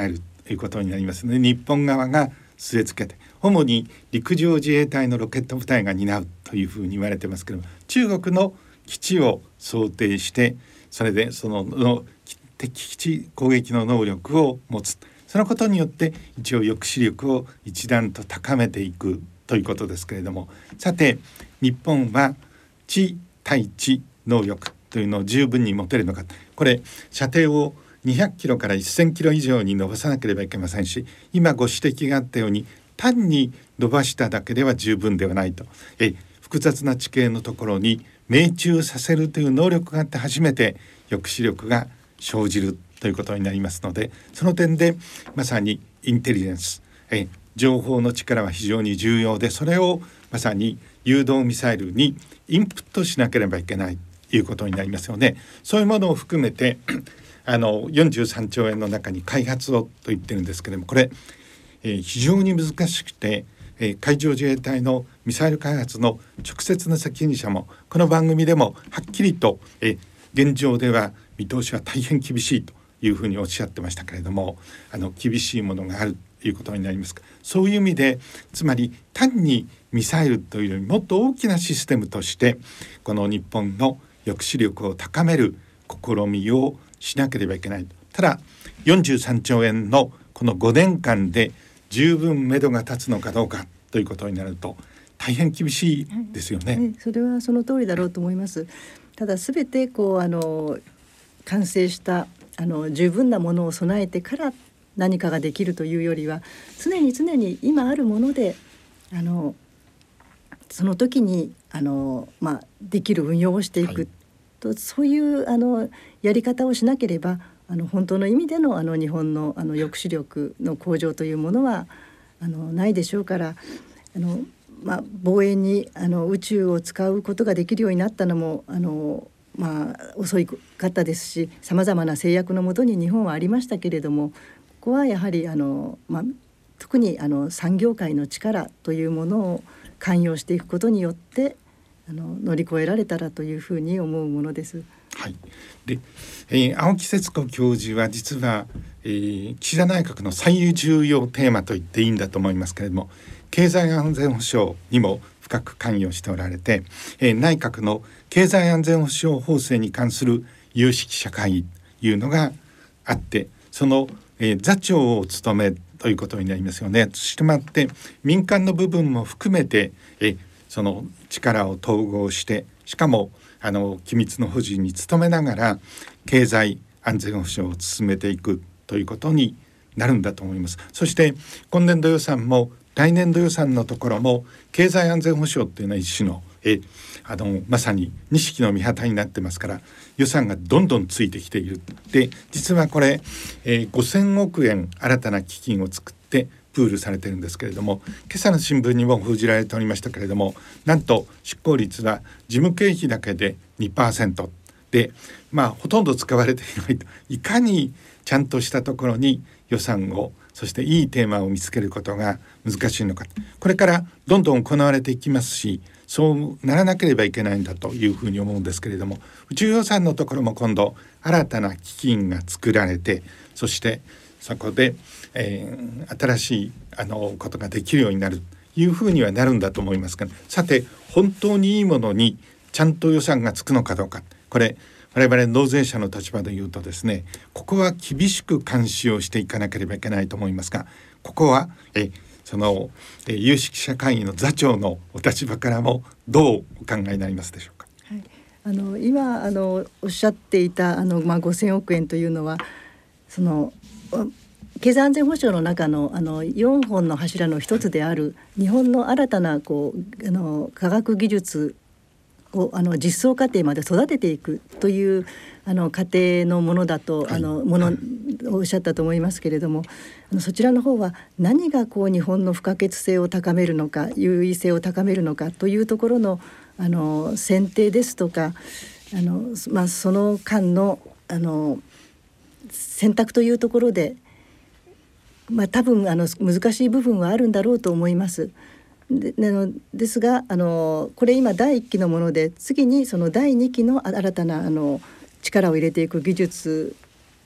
いうことになりますので、日本側が据え付けて、主に陸上自衛隊のロケット部隊が担うというふうに言われてますけども、中国の基地を想定して、それでそのの敵基地攻撃の能力を持つ、そのことによって一応抑止力を一段と高めていくということですけれども、さて日本は地対地能力というのを十分に持てるのか。これ射程をにひゃくキロからせんキロ以上に伸ばさなければいけませんし、今ご指摘があったように単に伸ばしただけでは十分ではないと。え複雑な地形のところに命中させるという能力があって初めて抑止力が生じるということになりますので、その点でまさにインテリジェンス、え情報の力は非常に重要で、それをまさに誘導ミサイルにインプットしなければいけないということになりますよね。そういうものを含めてあのよんじゅうさんちょうえんの中に開発をと言ってるんですけれども、これ、えー、非常に難しくて、えー、海上自衛隊のミサイル開発の直接の責任者もこの番組でもはっきりと、えー、現状では見通しは大変厳しいというふうにおっしゃってましたけれども、あの厳しいものがあるということになりますか。そういう意味で、つまり単にミサイルというよりもっと大きなシステムとしてこの日本の抑止力を高める試みをしなければいけない。ただよんじゅうさんちょうえんのこのごねんかんで十分目処が立つのかどうかということになると大変厳しいですよね。 はい、それはその通りだろうと思います。ただ全てこうあの完成したあの十分なものを備えてから何かができるというよりは、常に常に今あるものであのその時にあの、まあ、できる運用をしていく、はい、とそういうあのやり方をしなければ、あの本当の意味でのあの日本のあの抑止力の向上というものはあのないでしょうから、あの、まあ、防衛にあの宇宙を使うことができるようになったのもあの、まあ、遅いかったですし、さまざまな制約のもとに日本はありましたけれども、ここはやはりあの、まあ、特にあの産業界の力というものを関与していくことによってあの乗り越えられたらというふうに思うものです。 はい、で、えー、青木節子教授は実は、えー、岸田内閣の最重要テーマと言っていいんだと思いますけれども、経済安全保障にも深く関与しておられて、えー、内閣の経済安全保障法制に関する有識者会議というのがあって、その、えー、座長を務めということになりますよね。してまって民間の部分も含めて、えー、その力を統合して、しかもあの機密の保持に努めながら経済安全保障を進めていくということになるんだと思います。そして今年度予算も来年度予算のところも経済安全保障というのは一種のえあのまさに錦の御旗になってますから、予算がどんどんついてきている。で実はこれ、えー、ごせんおくえん新たな基金を作ってプールされてるんですけれども、今朝の新聞にも報じられておりましたけれども、なんと執行率は事務経費だけで にパーセント で、まあほとんど使われていないと。いかにちゃんとしたところに予算を、そしていいテーマを見つけることが難しいのか、これからどんどん行われていきますし、そうならなければいけないんだというふうに思うんですけれども、宇宙予算のところも今度新たな基金が作られて、そしてそこで、えー、新しいあのことができるようになるというふうにはなるんだと思いますが、さて本当にいいものにちゃんと予算がつくのかどうか、これ我々納税者の立場で言うとですね、ここは厳しく監視をしていかなければいけないと思いますが、ここはえそのえ有識者会議の座長のお立場からもどうお考えになりますでしょうか。 はい、あの今あのおっしゃっていたあの、まあ、ごせんおくえんというのは、その経済安全保障の中のあのよんほんの柱の一つである日本の新たなこうあの科学技術をあの実装過程まで育てていくというあの過程のものだと、はい、あのものをおっしゃったと思いますけれども、あのそちらの方は何がこう日本の不可欠性を高めるのか、優位性を高めるのかというところのあの選定ですとか、あの、まあ、その間のあの選択というところで、まあ、多分あの難しい部分はあるんだろうと思います。で, のですがあのこれ今だいいっきのもので、次にそのだいにきの新たなあの力を入れていく技術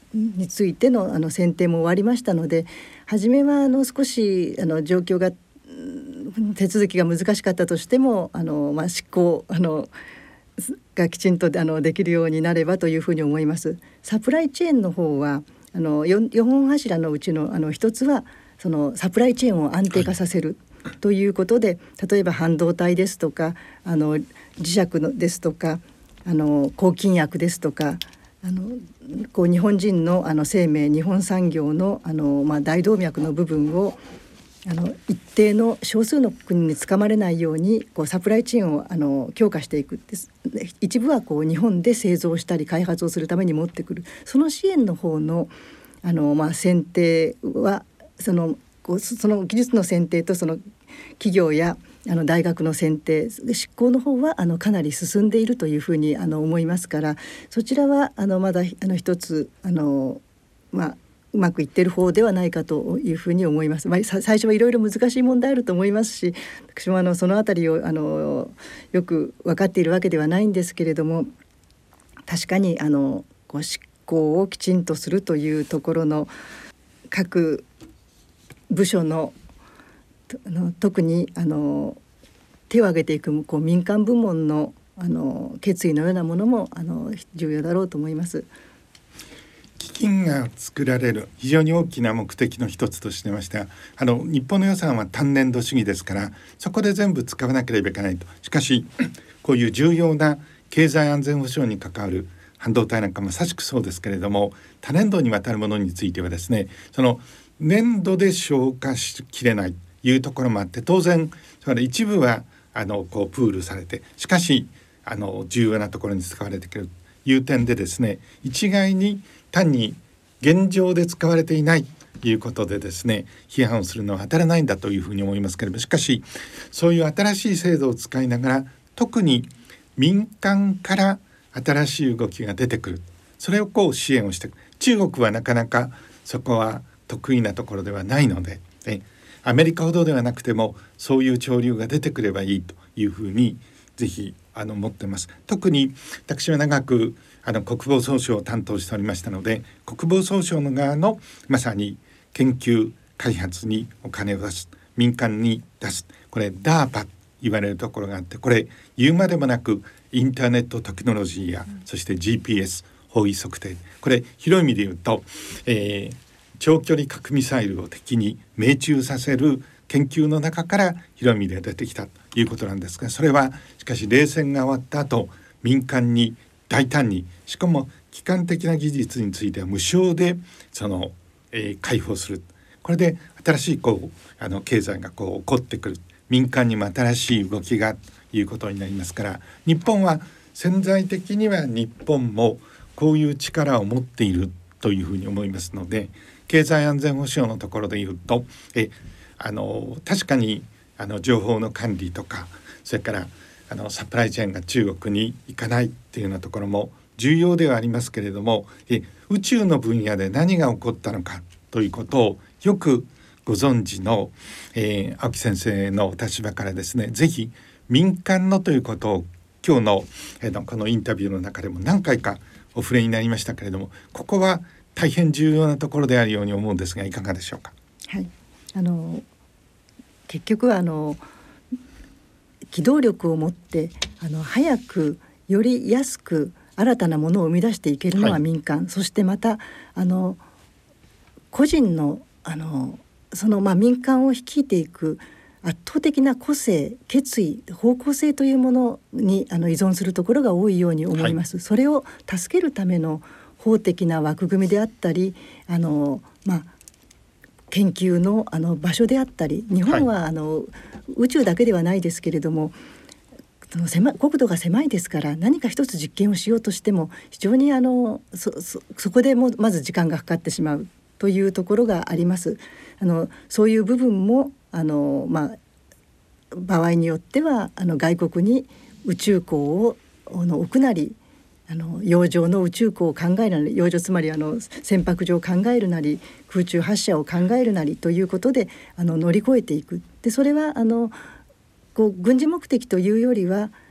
についてのあの選定も終わりましたので、初めはあの少しあの状況が手続きが難しかったとしてもあの、まあ、執行あのがきちんとあのできるようになればというふうに思います。サプライチェーンの方はあの 4, よんほん柱のうちのあの一つはそのサプライチェーンを安定化させる、はい、ということで、例えば半導体ですとかあの磁石のですとかあの抗菌薬ですとかあのこう日本人のあの生命日本産業のあの、まあ、大動脈の部分をあの一定の少数の国につかまれないようにこうサプライチェーンをあの強化していくです。一部はこう日本で製造したり開発をするために持ってくる、その支援の方の、あの、まあ、選定はその、こうその技術の選定とその企業やあの大学の選定執行の方はあのかなり進んでいるというふうにあの思いますから、そちらはあのまだあの一つあの、まあうまくいっている方ではないかというふうに思います。まあ、最初はいろいろ難しい問題あると思いますし、私もあのそのあたりをあのよく分かっているわけではないんですけれども、確かにあのこう執行をきちんとするというところの各部署のあの特にあの手を挙げていくこう民間部門のあの決意のようなものもあの重要だろうと思います。 基金が作られる非常に大きな目的の一つとしてましては、あの日本の予算は単年度主義ですから、そこで全部使わなければいけないと。しかしこういう重要な経済安全保障に関わる半導体なんかもまさしくそうですけれども、多年度にわたるものについてはですね、その年度で消化しきれないというところもあって、当然それ一部はあのこうプールされて、しかしあの重要なところに使われてくるという点でですね、一概に単に現状で使われていないということでですね、批判をするのは当たらないんだというふうに思いますけれども、しかしそういう新しい制度を使いながら、特に民間から新しい動きが出てくる、それをこう支援をしていく。中国はなかなかそこは得意なところではないので、ね、アメリカほどではなくてもそういう潮流が出てくればいいというふうにぜひあの思ってます。特に私は長くあの国防総省を担当しておりましたので、国防総省の側のまさに研究開発にお金を出す、民間に出す、これ ダーパ と言われるところがあって、これ言うまでもなくインターネットテクノロジーや、うん、そして ジーピーエス 方位測定、これ広い意味で言うと、えー、長距離核ミサイルを敵に命中させる研究の中から広い意味で出てきたということなんですが、それはしかし冷戦が終わった後、民間に大胆に、しかも基幹的な技術については無償でその、えー、開放する。これで新しいこうあの経済がこう起こってくる、民間にも新しい動きがということになりますから、日本は潜在的には日本もこういう力を持っているというふうに思いますので、経済安全保障のところで言うと、えあの確かにあの情報の管理とか、それからあのサプライチェーンが中国に行かないっていうようなところも重要ではありますけれども、え宇宙の分野で何が起こったのかということをよくご存知の、えー、青木先生のお立場からですね、ぜひ民間のということを今日の、えー、このインタビューの中でも何回かお触れになりましたけれども、ここは大変重要なところであるように思うんですが、いかがでしょうか。 はい、あの結局はあの機動力を持ってあの早くより安く新たなものを生み出していけるのは民間、はい、そしてまたあの個人のあのそのまあ民間を率いていく圧倒的な個性、決意、方向性というものにあの依存するところが多いように思います、はい、それを助けるための法的な枠組みであったり、あの、まあ、研究 の, あの場所であったり、日本は、はい、あの宇宙だけではないですけれども、その狭国土が狭いですから、何か一つ実験をしようとしても非常にあの そ, そ, そこでもまず時間がかかってしまうというところがあります。あのそういう部分もあの、まあ、場合によってはあの外国に宇宙港をあの置くなり、あの洋上の宇宙港を考えるなり、洋上つまりあの船舶上を考えるなり、空中発射を考えるなりということであの乗り越えていく。でそれはあのこう軍事目的というよりは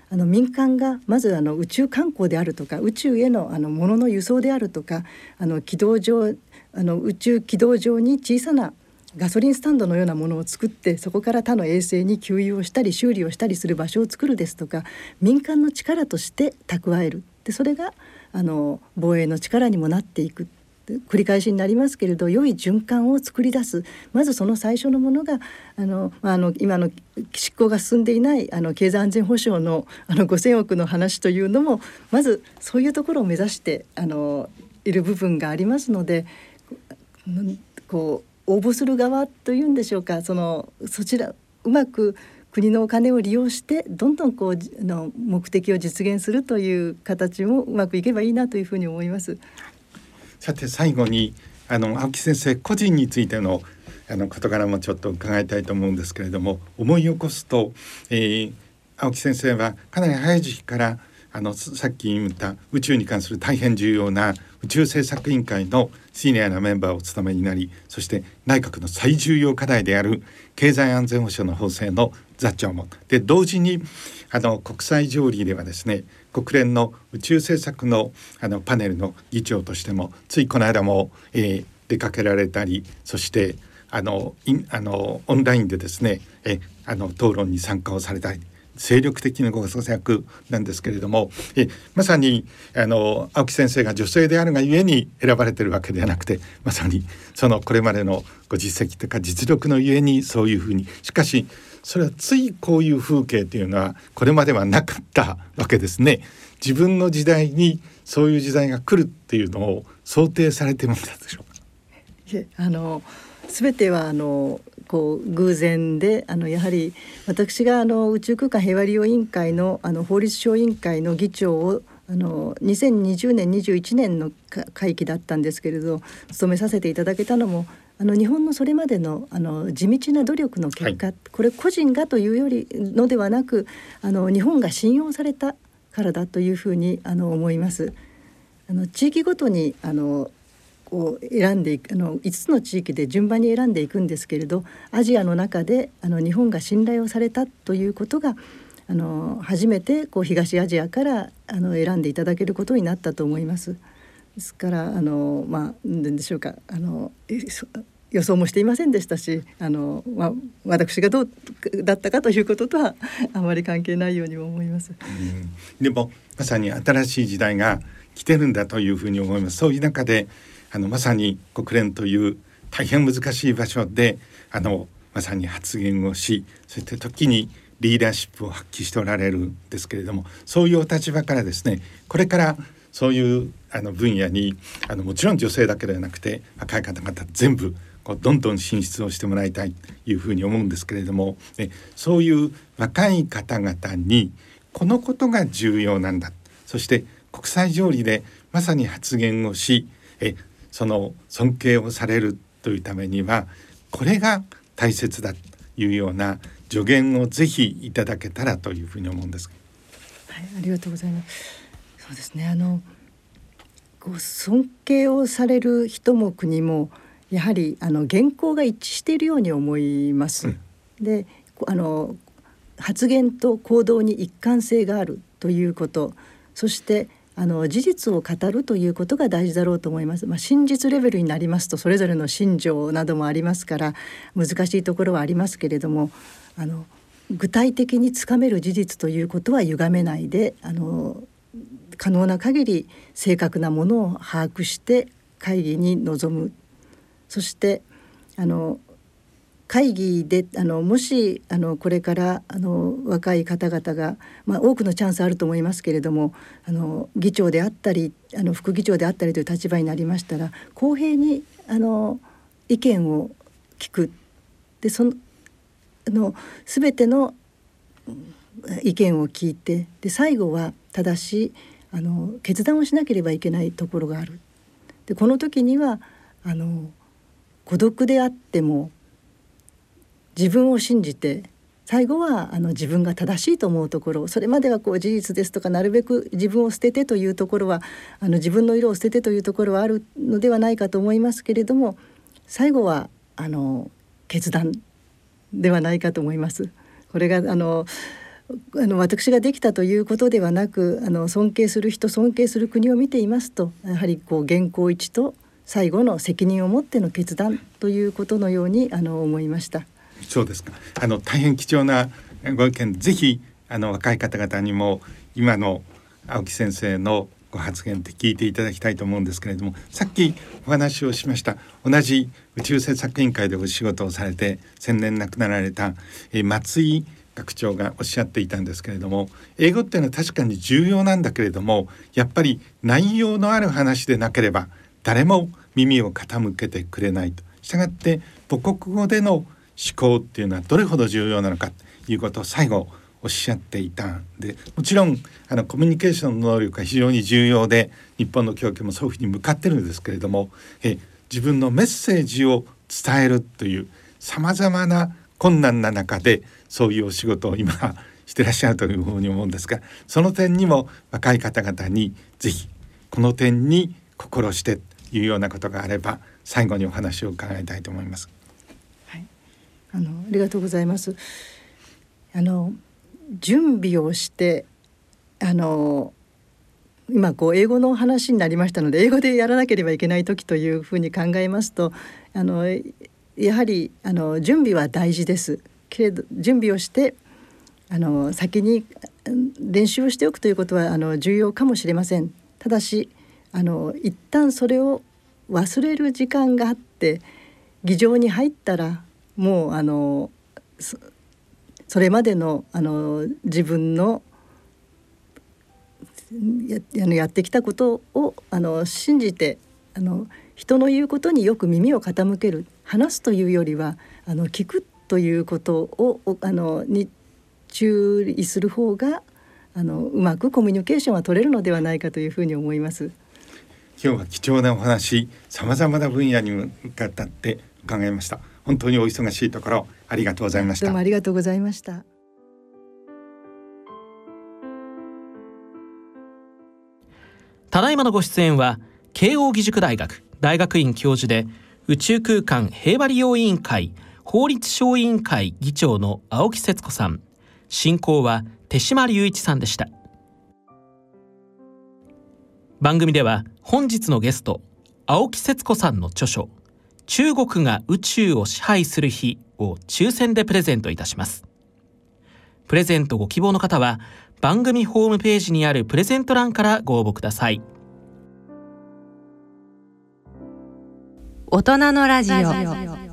あの民間がまずあの宇宙観光であるとか宇宙へのあの物の輸送であるとかあの軌道上あの宇宙軌道上に小さなガソリンスタンドのようなものを作ってそこから他の衛星に給油をしたり修理をしたりする場所を作るですとか民間の力として蓄えるでそれがあの防衛の力にもなっていく繰り返しになりますけれど良い循環を作り出すまずその最初のものがあの、まあ、あの今の執行が進んでいないあの経済安全保障 の, あのごせんおくの話というのもまずそういうところを目指してあのいる部分がありますのでこう応募する側というんでしょうか そ, のそちらうまく国のお金を利用してどんどんこうあの目的を実現するという形もうまくいけばいいなというふうに思います。 さて最後にあの青木先生個人についてのあの事柄もちょっと伺いたいと思うんですけれども思い起こすと、えー、青木先生はかなり早い時期からあのさっき言った宇宙に関する大変重要な宇宙政策委員会のシニアなメンバーをお務めになりそして内閣の最重要課題である経済安全保障の法制の座長もで同時にあの国際条例ではですね国連の宇宙政策 の, あのパネルの議長としてもついこの間も、えー、出かけられたりそしてあのあのオンラインでですねえあの討論に参加をされたり精力的なご活躍なんですけれどもえまさにあの青木先生が女性であるがゆえに選ばれているわけではなくてまさにそのこれまでのご実績とか実力のゆえにそういうふうにしかしそれはついこういう風景というのはこれまではなかったわけですね。自分の時代にそういう時代が来るっていうのを想定されているのでしょうか。 あの全てはあのこう偶然であのやはり私があの宇宙空間平和利用委員会 の, あの法律省委員会の議長をあのにせんにじゅうねんにじゅういちねんの会期だったんですけれど務めさせていただけたのもあの日本のそれまで の, あの地道な努力の結果、はい、これ個人がというよりのではなくあの日本が信用されたからだというふうにあの思います。あの地域ごとにあのこう選んでいくあのいつつの地域で順番に選んでいくんですけれどアジアの中であの日本が信頼をされたということがあの初めてこう東アジアからあの選んでいただけることになったと思います。ですからあのまあ何でしょうかあの予想もしていませんでしたしあの、まあ、私がどうだったかということとはあまり関係ないようにも思います。 うんでもまさに新しい時代が来てるんだというふうに思います。そういう中であのまさに国連という大変難しい場所であのまさに発言をしそして時にリーダーシップを発揮しておられるんですけれどもそういうお立場からですねこれからそういうあの分野にあのもちろん女性だけではなくて若い方々全部こうどんどん進出をしてもらいたいというふうに思うんですけれども、ね、そういう若い方々にこのことが重要なんだそして国際条理でまさに発言をしえその尊敬をされるというためにはこれが大切だというような助言をぜひいただけたらというふうに思うんです。 はい、ありがとうございます。そうですねあのこう尊敬をされる人も国もやはりあの言行が一致しているように思います。うん、であの発言と行動に一貫性があるということそしてあの事実を語るということが大事だろうと思います。まあ、真実レベルになりますとそれぞれの信条などもありますから難しいところはありますけれどもあの具体的につかめる事実ということは歪めないであの可能な限り正確なものを把握して会議に臨む。そしてあの会議であのもしあのこれからあの若い方々が、まあ、多くのチャンスあると思いますけれどもあの議長であったりあの副議長であったりという立場になりましたら公平にあの意見を聞くでそのあの全ての意見を聞いてで最後は正しいあの決断をしなければいけないところがある。でこの時にはあの孤独であっても自分を信じて最後はあの自分が正しいと思うところそれまではこう事実ですとかなるべく自分を捨ててというところはあの自分の色を捨ててというところはあるのではないかと思いますけれども最後はあの決断ではないかと思います。これがあのあの私ができたということではなく、あの尊敬する人尊敬する国を見ていますと、やはりこう元寇一致と最後の責任を持っての決断ということのようにあの思いました。 そうですか。あの大変貴重なご意見、ぜひあの若い方々にも今の青木先生のご発言って聞いていただきたいと思うんですけれども、さっきお話をしました同じ宇宙政策委員会でお仕事をされて先年亡くなられた、えー、松井学長がおっしゃっていたんですけれども、英語っていうのは確かに重要なんだけれども、やっぱり内容のある話でなければ誰も耳を傾けてくれないと。したがって母国語での思考っていうのはどれほど重要なのかということを最後おっしゃっていたんで、もちろんあのコミュニケーションの能力が非常に重要で、日本の教育もそういうふうに向かってるんですけれども、え自分のメッセージを伝えるというさまざまな困難な中でそういうお仕事を今してらっしゃるというふうに思うんですが、その点にも若い方々にぜひこの点に心してというようなことがあれば最後にお話を伺いたいと思います。 はい、あのありがとうございます。あの準備をしてあの今こう英語の話になりましたので、英語でやらなければいけない時というふうに考えますと、あのやはりあの準備は大事ですけれど、準備をしてあの先に練習をしておくということはあの重要かもしれません。ただしあの一旦それを忘れる時間があって議場に入ったらもうあのそそれまでのあの自分の や, やってきたことをあの信じて、あの人の言うことによく耳を傾ける、話すというよりはあの聞くということをあのに注意する方があのうまくコミュニケーションは取れるのではないかというふうに思います。 今日は貴重なお話、さまざまな分野に向かって伺いました。本当にお忙しいところありがとうございました。 どうもありがとうございました。 ただいまのご出演は慶應義塾大学大学院教授で宇宙空間平和利用委員会法律小委員会議長の青木節子さん、進行は手島隆一さんでした。番組では本日のゲスト青木節子さんの著書中国が宇宙を支配する日を抽選でプレゼントいたします。プレゼントご希望の方は番組ホームページにあるプレゼント欄からご応募ください。 大人のラジオ。